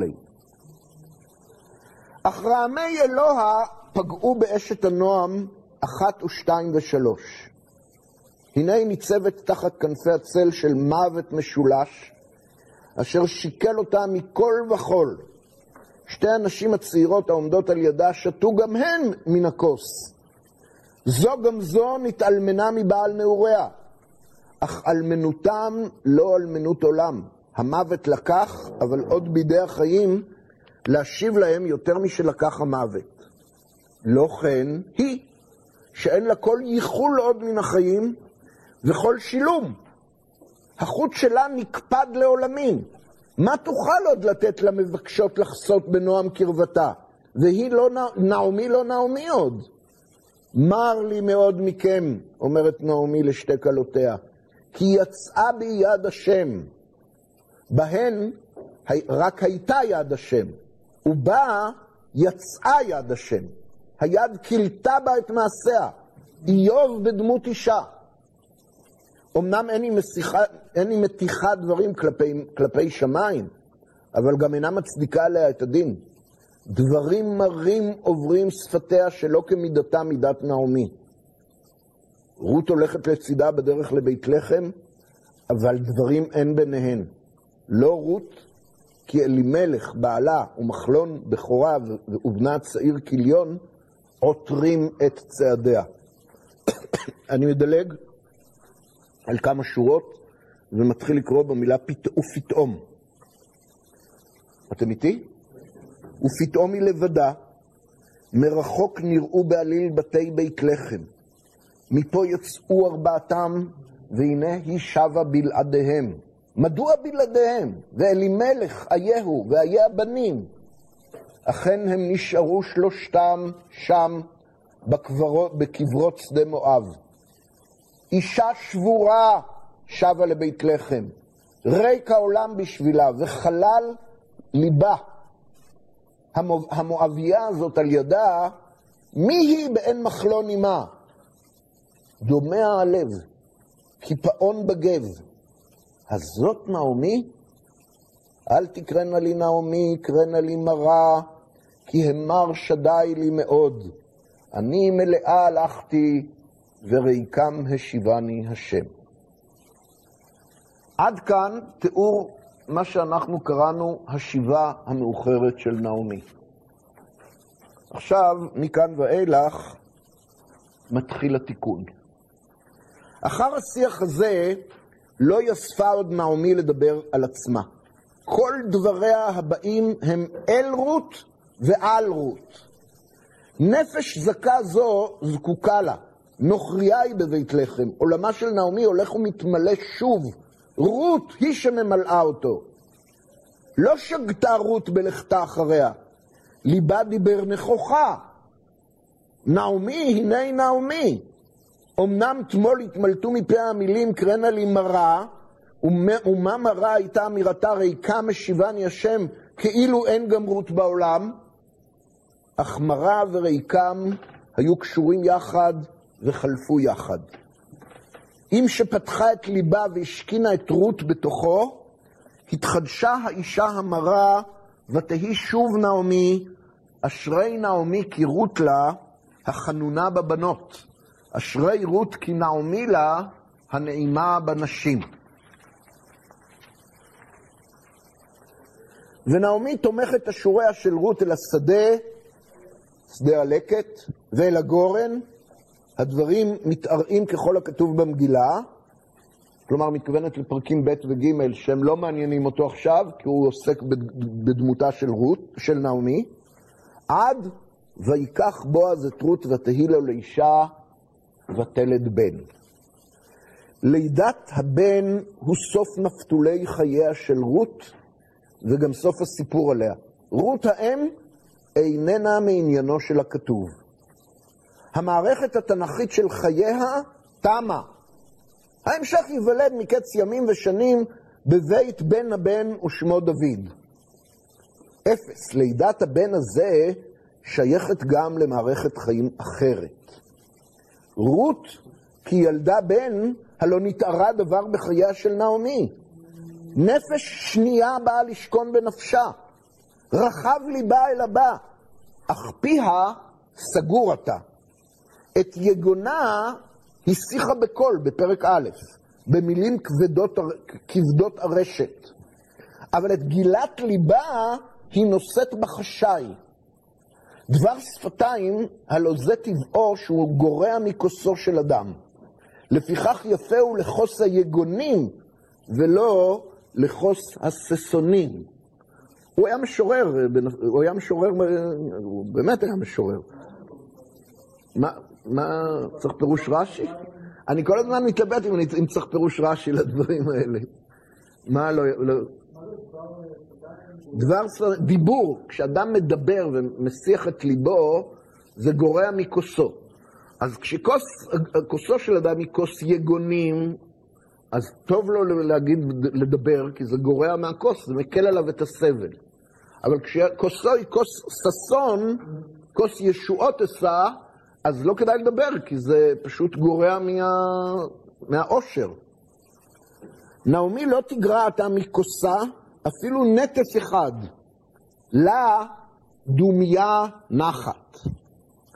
אך רעמי אלוה פגעו באשת הנועם 1 ו2 ו3. הנה היא ניצבת תחת כנפי הצל של מוות משולש, אשר שיקל אותה מכל וכל. שתי הנשים הצעירות העומדות על ידה שתו גם הן מן הכוס. זו גם זו נתעלמנה מבעל נעוריה, אך אלמנותם לא אלמנות עולם. המוות לקח, אבל עוד בידי החיים להשיב להם יותר משלקח המוות. לא כן היא, שאין לה כל ייחול עוד מן החיים וכל שילום. החוט שלה נקפד לעולמים. מה תוכל עוד לתת למבקשות לחסות בנועם קרבתה? והיא לא נעמי, לא נעמי עוד. מר לי מאוד מכם, אומרת נעמי לשתי כלותיה, כי יצאה בי יד השם. בהן רק הייתה יד השם, ובה יצאה יד השם. היד קילתה בה את מעשיה. איוב בדמות אישה. אמנם אין היא מתיחה דברים כלפי שמיים, אבל גם אינה מצדיקה עליה את הדין. דברים מרים עוברים שפתיה שלא כמידתה מידת נעמי. רות הולכת לצידה בדרך לבית לחם, אבל דברים אין ביניהן. לא רות, כי אלימלך בעלה ומחלון בכורה ובנה הצעיר כליון עותרים את צעדיה. אני מדלג על כמה שורות ומתחיל לקרוא במילה ופתאום. אתם איתי? ופתאום היא לבדה, מרחוק נראו בעליל בתי בית לחם. מפה יצאו ארבעתם, והנה היא שבה בלעדיהם. מדוע בלעדיהם? ואלימלך אייהו ואיה הבנים. אכן הם נשארו שלושתם שם בקברות שדה מואב. אישה שבורה שבה לבית לחם. ריק העולם בשבילה וחלל ליבה. המואביה הזאת על ידה, מי היא באין מחלון עמה? דומע הלב, קיפאון בגב. הזאת נעמי? אל תקרנה לי נעמי, קרנה לי מרה, כי המר שדי לי מאוד. אני מלאה הלכתי, וריקם השיבני השם. עד כאן תיאור מה שאנחנו קראנו השיבה המאוחרת של נעמי. עכשיו, מכאן ואילך, מתחיל התיקון. אחר השיח הזה, לא יספה עוד נעמי לדבר על עצמה. כל דבריה הבאים הם אל רות ועל רות. נפש זכה זו זקוקה לה. נוכריה היא בבית לחם. עולמה של נעמי הולך ומתמלא שוב. רות היא שממלאה אותו. לא שגתה רות בלכתה אחריה. ליבה דיבר נכוחה. נעמי, הנה נעמי. אמנם תמול התמלטו מפה המילים קרנה לי מרה, ומה מרה הייתה אמירתה ריקה משיבני השם, כאילו אין גם רות בעולם, אך מרה וריקם היו קשורים יחד וחלפו יחד. אם שפתחה את ליבה והשכינה את רות בתוכו, התחדשה האישה המרה ותהי שוב נעמי, אשרי נעמי כי רות לה החנונה בבנות. אשרי רות כי נעמי לה הנעימה בנשים. ונעמי תומכת אשוריה של רות אל השדה, שדה הלקט, ואל הגורן. הדברים מתארים ככל הכתוב במגילה, כלומר מתכוונת לפרקים ב' וג' שהם לא מעניינים אותו עכשיו, כי הוא עוסק בדמותה של רות, של נעמי. עד ויקח בועז את רות ותהי לו לאישה ותלד בן. לידת הבן הוא סוף נפתולי חייה של רות, וגם סוף הסיפור עליה. רות האם איננה מעניינו של הכתוב. המערכת התנ"כית של חייה תמה. ההמשך ייוולד מקץ ימים ושנים בבית בן הבן ושמו דוד. אפס. לידת הבן הזה שייכת גם למערכת חיים אחרת. רות, כי ילדה בן, הלא נתארה דבר בחייה של נעמי. נפש שנייה באה לשכון בנפשה. רחב ליבה אל הבא, אך פיה סגור עתה. את יגונה השיחה בקול בפרק א', במילים כבדות הרשת. אבל את גילת ליבה היא נושאת בחשאי. דבר שפתיים, הלא זה טבעו שהוא גורע מכוסו של אדם. לפיכך יפה הוא לחוס היגונים, ולא לחוס הססונים. הוא היה משורר, הוא באמת היה משורר. מה צריך פירוש רש"י? אני כל הזמן מתלבט אם צריך פירוש רש"י לדברים האלה. מה לא... דיבור, כשאדם מדבר ומסיח את ליבו, זה גורע מכוסו. אז כשכוסו של אדם היא כוס יגונים, אז טוב לו לדבר, כי זה גורע מהכוס, זה מקל עליו את הסבל. אבל כשכוסו היא כוס ששון, כוס ישועות עשה, אז לא כדאי לדבר, כי זה פשוט גורע מהאושר. נעמי לא תגרע עתה מכוסה, אפילו נטף אחד, לה דומיה נחת.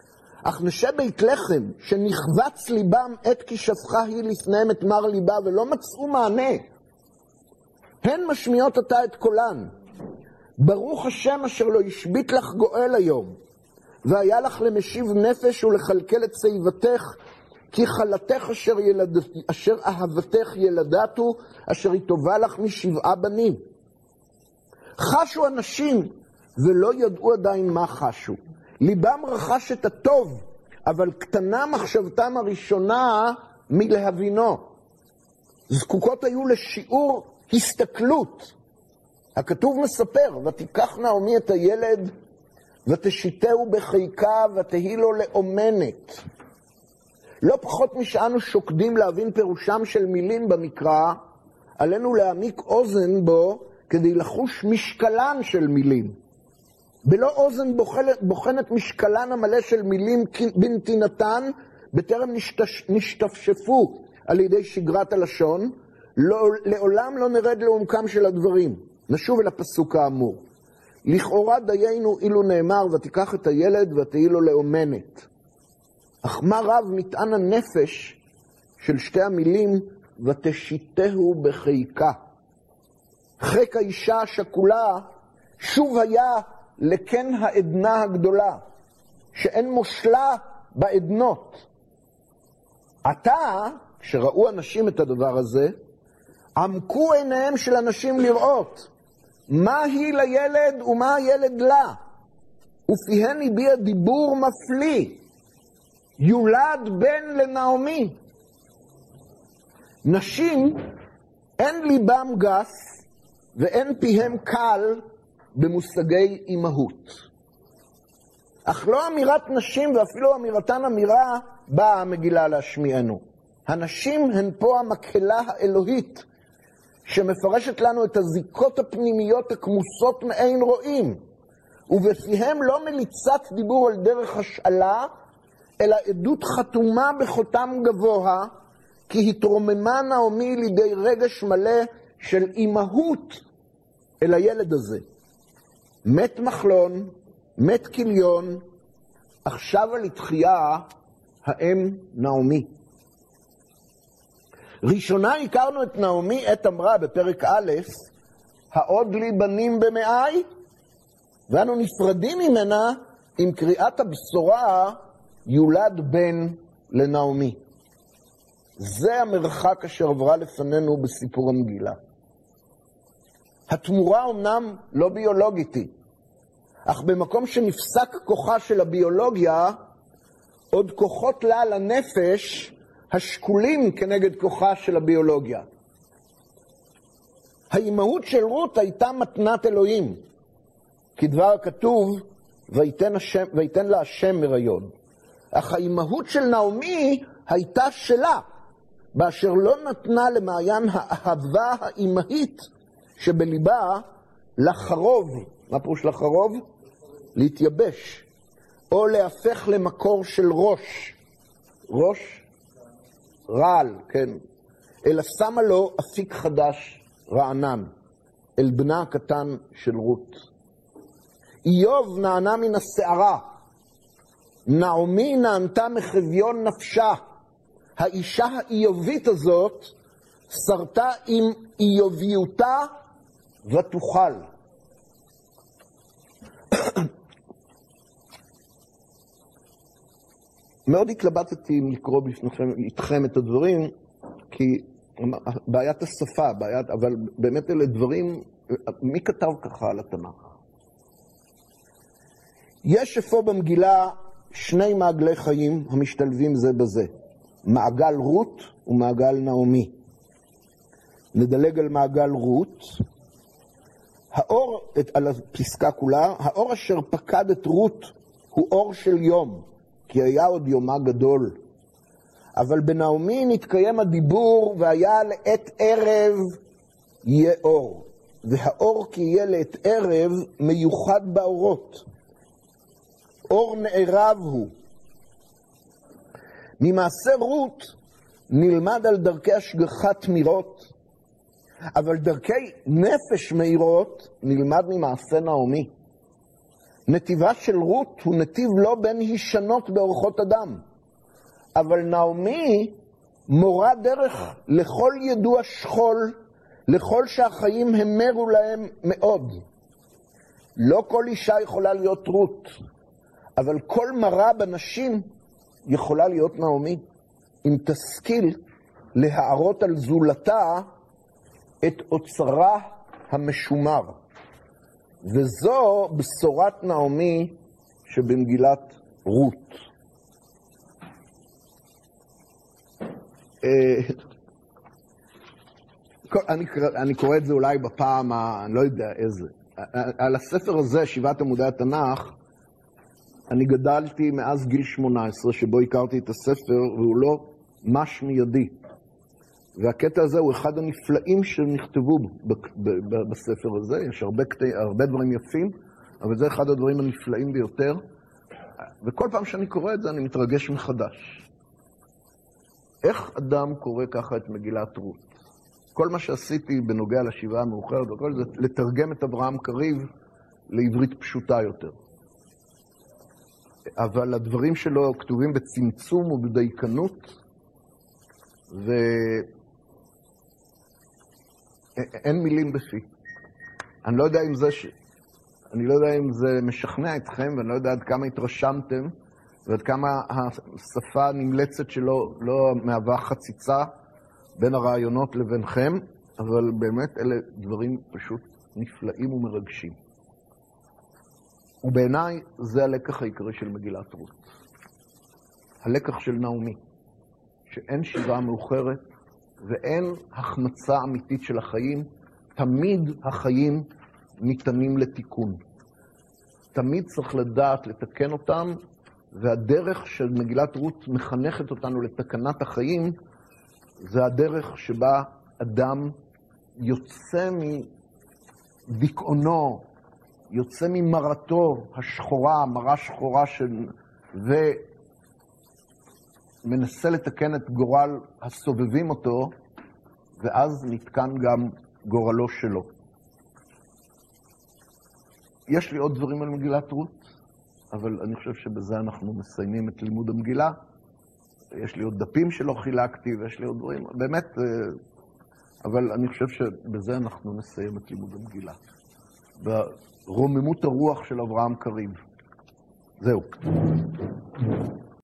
אך נשי בית לחם, שנחבץ ליבם עת כי שפכה היא לפניהם את מר ליבה, ולא מצאו מענה, הן משמיעות עתה את קולן. ברוך השם אשר לא השבית לך גואל היום, והיה לך למשיב נפש ולכלכל את שיבתך, כי חלתך אשר אהבתך ילדתו, אשר היא טובה לך משבעה בנים. חשו אנשים ולא ידעו עדיין מה חשו. ליבם רכש את הטוב, אבל קטנה מחשבתם הראשונה מלהבינו. זקוקות היו לשיעור הסתכלות. הכתוב מספר, ותיקח נעמי את הילד, ותשיתהו בחיקה, ותהי לו לאומנת. לא פחות משאנו שוקדים להבין פירושם של מילים במקרא, עלינו להעמיק אוזן בו, כדי לחוש משקלן של מילים. בלא אוזן בוחנת משקלן המלא של מילים בנתינתן, בטרם נשתפשפו על ידי שגרת הלשון, לעולם לא נרד לעומקם של הדברים. נשוב אל הפסוק האמור. לכאורה דיינו אילו נאמר, ותיקח את הילד ותהי לו לאומנת. אך מה רב מטען הנפש של שתי המילים, ותשיתהו בחיקה. חיק האישה השכולה שוב היה לקן העדנה הגדולה, שאין מושלה בעדנות. עתה, כשראו אנשים את הדבר הזה, עמקו עיניהם של אנשים לראות מה היא לילד ומה הילד לה, ופיהן הביע דיבור מפליא, יולד בן לנעמי. נשים אין ליבם גס ואין פיהם קל במושגי אימהות. אך לא אמירת נשים ואפילו אמירתן אמירה באה המגילה להשמיענו. הנשים הן פה המקהלה האלוהית שמפרשת לנו את הזיקות הפנימיות הכמוסות מאין רואים, ובפיהם לא מליצת דיבור על דרך השאלה, אלא עדות חתומה בחותם גבוה, כי התרוממה נעמי לידי רגש מלא של אימהות אל הילד הזה. מת מחלון, מת כליון, עכשיו על התחייה האם נעמי. ראשונה הכרנו את נעמי עת אמרה בפרק א', העוד לי בנים במאי, ואנו נפרדים ממנה עם קריאת הבשורה יולד בן לנעמי. זה המרחק אשר עברה לפנינו בסיפור המגילה. התמורה אומנם לא ביולוגית היא, אך במקום שנפסק כוחה של הביולוגיה, עוד כוחות לה לנפש השקולים כנגד כוחה של הביולוגיה. האימהות של רות הייתה מתנת אלוהים, כדבר הכתוב, ויתן לה השם הריון. אך האימהות של נעמי הייתה שלה, באשר לא נתנה למעיין האהבה האימהית שבליבה לחרוב. מה פירוש לחרוב? להתייבש, או להפך למקור של ראש. ראש? רעל, כן. אלא שמה לו אפיק חדש, רענן, אל בנה הקטן של רות. איוב נענה מן השערה, נעמי נענתה מחביון נפשה. האישה האיובית הזאת שרתה עם איוביותה ותוכל. מאוד התלבטתי אם לקרוא איתכם את הדברים, כי בעיית השפה, אבל באמת אלה דברים, מי כתב ככה על התנ"ך? יש אפוא במגילה שני מעגלי חיים המשתלבים זה בזה, מעגל רות ומעגל נעמי. נדלג על מעגל רות. האור, על הפסקה כולה, האור אשר פקד את רות הוא אור של יום, כי היה עוד יומה גדול. אבל בנעמי נתקיים הדיבור, והיה לעת ערב יהיה אור. והאור כי יהיה לעת ערב מיוחד באורות. אור נערב הוא. ממעשה רות נלמד על דרכי השגחת מירות, אבל דרכי נפש מאירות נלמד ממעשה נעמי. נתיבה של רות הוא נתיב לא בין הישנות באורחות אדם, אבל נעמי מורה דרך לכל ידוע שכול, לכל שהחיים המרו להם מאוד. לא כל אישה יכולה להיות רות, אבל כל מרה בנשים יכולה להיות נעמי, אם תשכיל להערות על זולתה את אוצרה המשומר. וזו בשורת נעמי שבמגילת רות. אני קורא את זה אולי בפעם, אני לא יודע איזה. על הספר הזה, שבעת עמודי התנ"ך, אני גדלתי מאז גיל 18, שבו הכרתי את הספר, והוא לא מש מידי. והקטע הזה הוא אחד הנפלאים שנכתבו בספר הזה. יש הרבה דברים יפים, אבל זה אחד הדברים הנפלאים ביותר. וכל פעם שאני קורא את זה, אני מתרגש מחדש. איך אדם קורא ככה את מגילת רות? כל מה שעשיתי בנוגע לשבעה המאוחרת, וכל זה, לתרגם את אברהם קריב לעברית פשוטה יותר. אבל הדברים שלו כתובים בצמצום ובדייקנות, ואין מילים בפי. אני לא יודע אם זה משכנע אתכם, ואני לא יודע עד כמה התרשמתם, ועד כמה השפה הנמלצת שלו לא מהווה חציצה בין הרעיונות לבינכם, אבל באמת אלה דברים פשוט נפלאים ומרגשים. ובעיניי זה הלקח העיקרי של מגילת רות. הלקח של נעמי, שאין שבעה מאוחרת ואין החמצה אמיתית של החיים, תמיד החיים ניתנים לתיקון. תמיד צריך לדעת לתקן אותם, והדרך של מגילת רות מחנכת אותנו לתקנת החיים, זה הדרך שבה אדם יוצא מדיכאונו, יוצא ממרתו השחורה, מרה שחורה, ומנסה לתקן את גורל הסובבים אותו, ואז נתקן גם גורלו שלו. יש לי עוד דברים על מגילת רות, אבל אני חושב שבזה אנחנו מסיימים את לימוד המגילה. יש לי עוד דפים שלא חילקתי, ויש לי עוד דברים, באמת, אבל אני חושב שבזה אנחנו נסיים את לימוד המגילה. ברוממות הרוח של אברהם קריב. זהו.